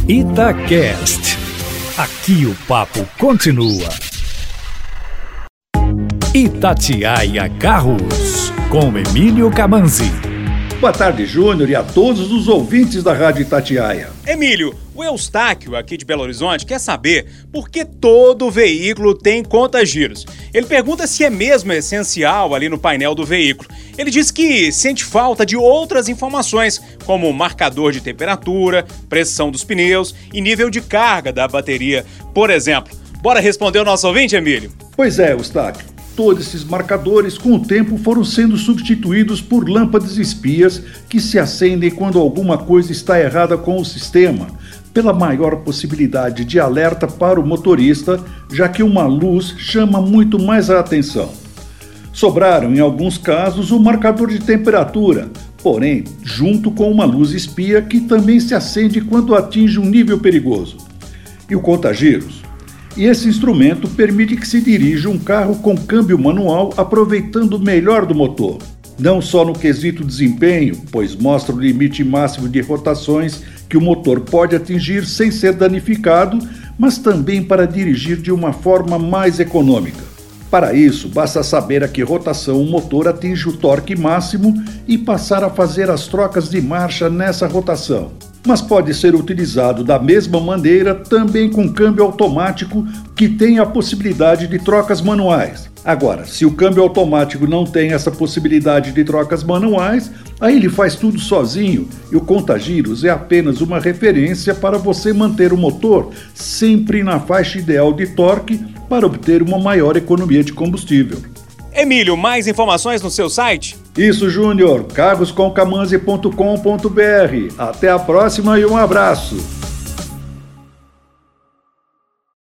Itacast. Aqui o papo continua. Itatiaia Carros, com Emílio Camanzi. Boa tarde, Júnior, e a todos os ouvintes da Rádio Itatiaia. Emílio, o Eustáquio, aqui de Belo Horizonte, quer saber por que todo veículo tem conta-giros. Ele pergunta se é mesmo essencial ali no painel do veículo. Ele diz que sente falta de outras informações, como marcador de temperatura, pressão dos pneus e nível de carga da bateria, por exemplo. Bora responder o nosso ouvinte, Emílio? Pois é, Eustáquio. Todos esses marcadores, com o tempo, foram sendo substituídos por lâmpadas espias que se acendem quando alguma coisa está errada com o sistema, pela maior possibilidade de alerta para o motorista, já que uma luz chama muito mais a atenção. Sobraram, em alguns casos, o marcador de temperatura, porém, junto com uma luz espia que também se acende quando atinge um nível perigoso. E o conta-giros? E esse instrumento permite que se dirija um carro com câmbio manual aproveitando o melhor do motor. Não só no quesito desempenho, pois mostra o limite máximo de rotações que o motor pode atingir sem ser danificado, mas também para dirigir de uma forma mais econômica. Para isso, basta saber a que rotação o motor atinge o torque máximo e passar a fazer as trocas de marcha nessa rotação. Mas pode ser utilizado da mesma maneira também com câmbio automático, que tem a possibilidade de trocas manuais. Agora, se o câmbio automático não tem essa possibilidade de trocas manuais, aí ele faz tudo sozinho e o conta-giros é apenas uma referência para você manter o motor sempre na faixa ideal de torque para obter uma maior economia de combustível. Emílio, mais informações no seu site? Isso, Júnior. carroscomcamanzi.com.br. Até a próxima e um abraço.